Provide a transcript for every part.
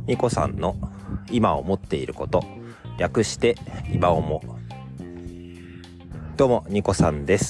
ニコさんの今思っていること、略して今思う。どうもニコさんです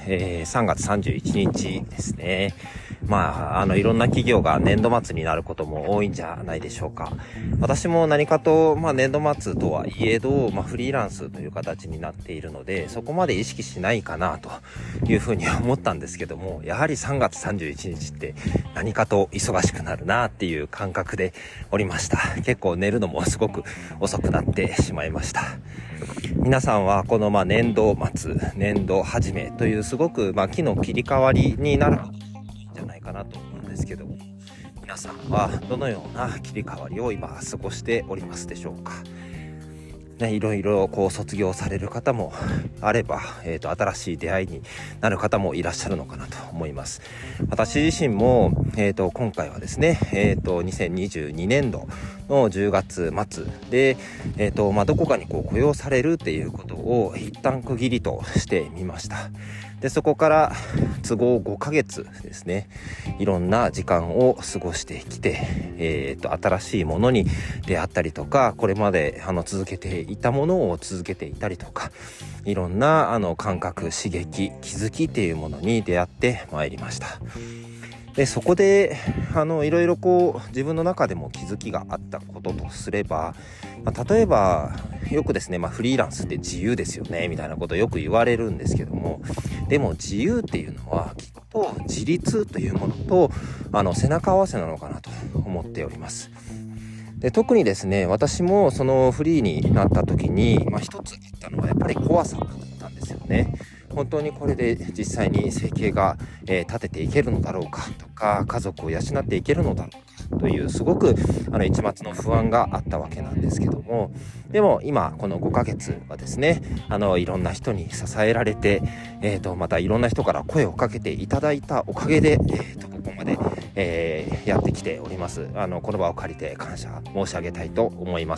。3月31日ですね。いろんな企業が年度末になることも多いんじゃないでしょうか。私も何かと、年度末とはいえど、フリーランスという形になっているので、そこまで意識しないかなというふうに思ったんですけども、やはり3月31日って何かと忙しくなるなっていう感覚でおりました。結構寝るのもすごく遅くなってしまいました。皆さんはこの年度末、年度始めというすごく期の切り替わりになることじゃないかなと思うんですけども、皆さんはどのような切り替わりを今過ごしておりますでしょうか。いろいろ卒業される方もあれば、新しい出会いになる方もいらっしゃるのかなと思います。私自身も、今回はですね、2022年度の10月末で、どこかに雇用されるっていうことを一旦区切りとしてみました。でそこから都合5ヶ月ですね、いろんな時間を過ごしてきて、新しいものに出会ったりとか、これまで続けていたものを続けていたりとか、いろんな感覚、刺激、気づきっていうものに出会ってまいりました。でそこでいろいろ自分の中でも気づきがあったこととすれば、例えばよくですね、フリーランスって自由ですよねみたいなことをよく言われるんですけども、でも自由っていうのはきっと自立というものと背中合わせなのかなと思っております。で特にですね、私もそのフリーになった時に、一つあったのはやっぱり怖さだったんですよね。本当にこれで実際に生計が、立てていけるのだろうかとか、家族を養っていけるのだろうかというすごく一末の不安があったわけなんですけども、でも今この5ヶ月はですね、いろんな人に支えられて、またいろんな人から声をかけていただいたおかげで、ここまで、やってきております。この場を借りて感謝申し上げたいと思います。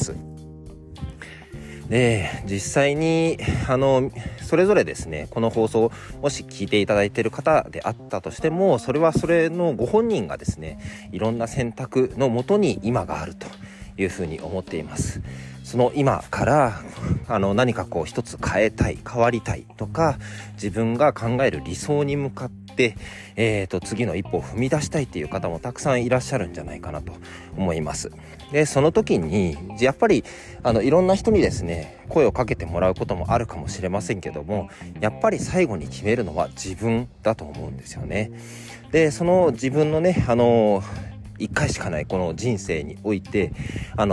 で実際にそれぞれですね、この放送もし聞いていただいている方であったとしても、それはそれのご本人がですね、いろんな選択のもとに今があるというふうに思っています。その今から何か一つ変えたい、変わりたいとか、自分が考える理想に向かって、次の一歩を踏み出したいっていう方もたくさんいらっしゃるんじゃないかなと思います。でその時にやっぱりいろんな人にですね声をかけてもらうこともあるかもしれませんけども、やっぱり最後に決めるのは自分だと思うんですよね。でその自分のね一回しかないこの人生において常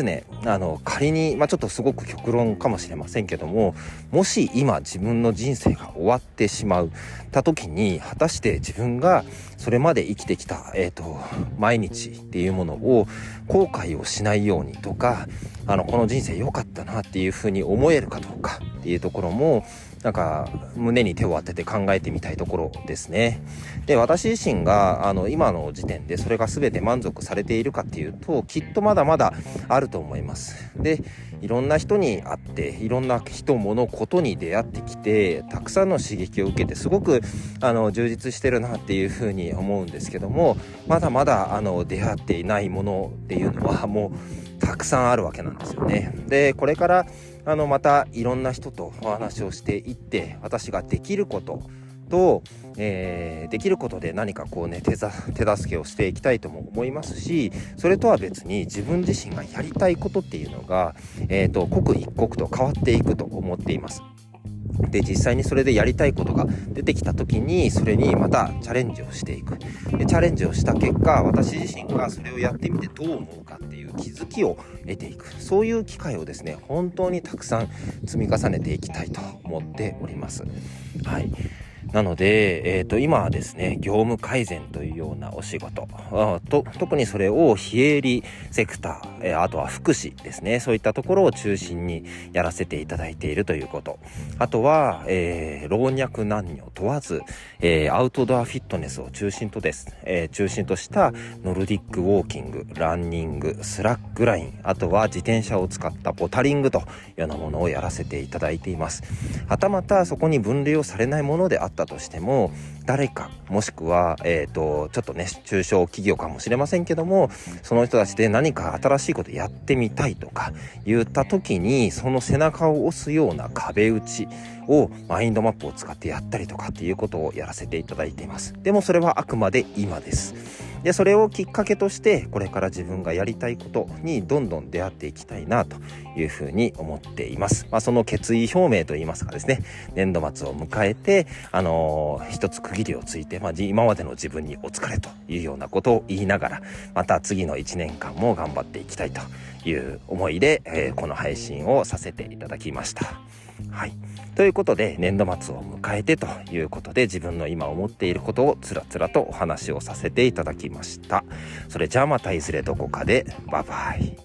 々仮にちょっとすごく極論かもしれませんけども、もし今自分の人生が終わってしまった時に、果たして自分がそれまで生きてきた、毎日っていうものを後悔をしないようにとか、この人生良かったなっていうふうに思えるかどうかっていうところも胸に手を当てて考えてみたいところですね。で私自身が今の時点でそれが全て満足されているかっていうと、きっとまだまだあると思います。でいろんな人に会って、いろんな人物ことに出会ってきて、たくさんの刺激を受けてすごく充実してるなっていうふうに思うんですけども、まだまだ出会っていないものっていうのはもうたくさんあるわけなんですよね。でこれからまたいろんな人とお話をしていって、私ができることと、できることで何か手助けをしていきたいとも思いますし、それとは別に自分自身がやりたいことっていうのが、刻一刻と変わっていくと思っています。で実際にそれでやりたいことが出てきた時に、それにまたチャレンジをしていく。でチャレンジをした結果、私自身がそれをやってみてどう思うかっていう気づきを得ていく、そういう機会をですね本当にたくさん積み重ねていきたいと思っております。はい。なので、今はですね業務改善というようなお仕事特にそれを非営利セクター、あとは福祉ですね、そういったところを中心にやらせていただいているということ、あとは、老若男女問わず、アウトドアフィットネスを中心としたノルディックウォーキング、ランニング、スラックライン、あとは自転車を使ったポタリングというようなものをやらせていただいています。はたまたそこに分類をされないものであっったとしても、誰かもしくはちょっとね中小企業かもしれませんけども、その人たちで何か新しいことやってみたいとか言った時に、その背中を押すような壁打ちをマインドマップを使ってやったりとかっていうことをやらせていただいています。でもそれはあくまで今です。でそれをきっかけとしてこれから自分がやりたいことにどんどん出会っていきたいなというふうに思っています。その決意表明といいますかですね、年度末を迎えて一つ区切りをついて、今までの自分にお疲れというようなことを言いながら、また次の1年間も頑張っていきたいという思いで、この配信をさせていただきました。はい、ということで年度末を迎えてということで、自分の今思っていることをつらつらとお話をさせていただきました。それじゃあまたいずれどこかで。バイバイ。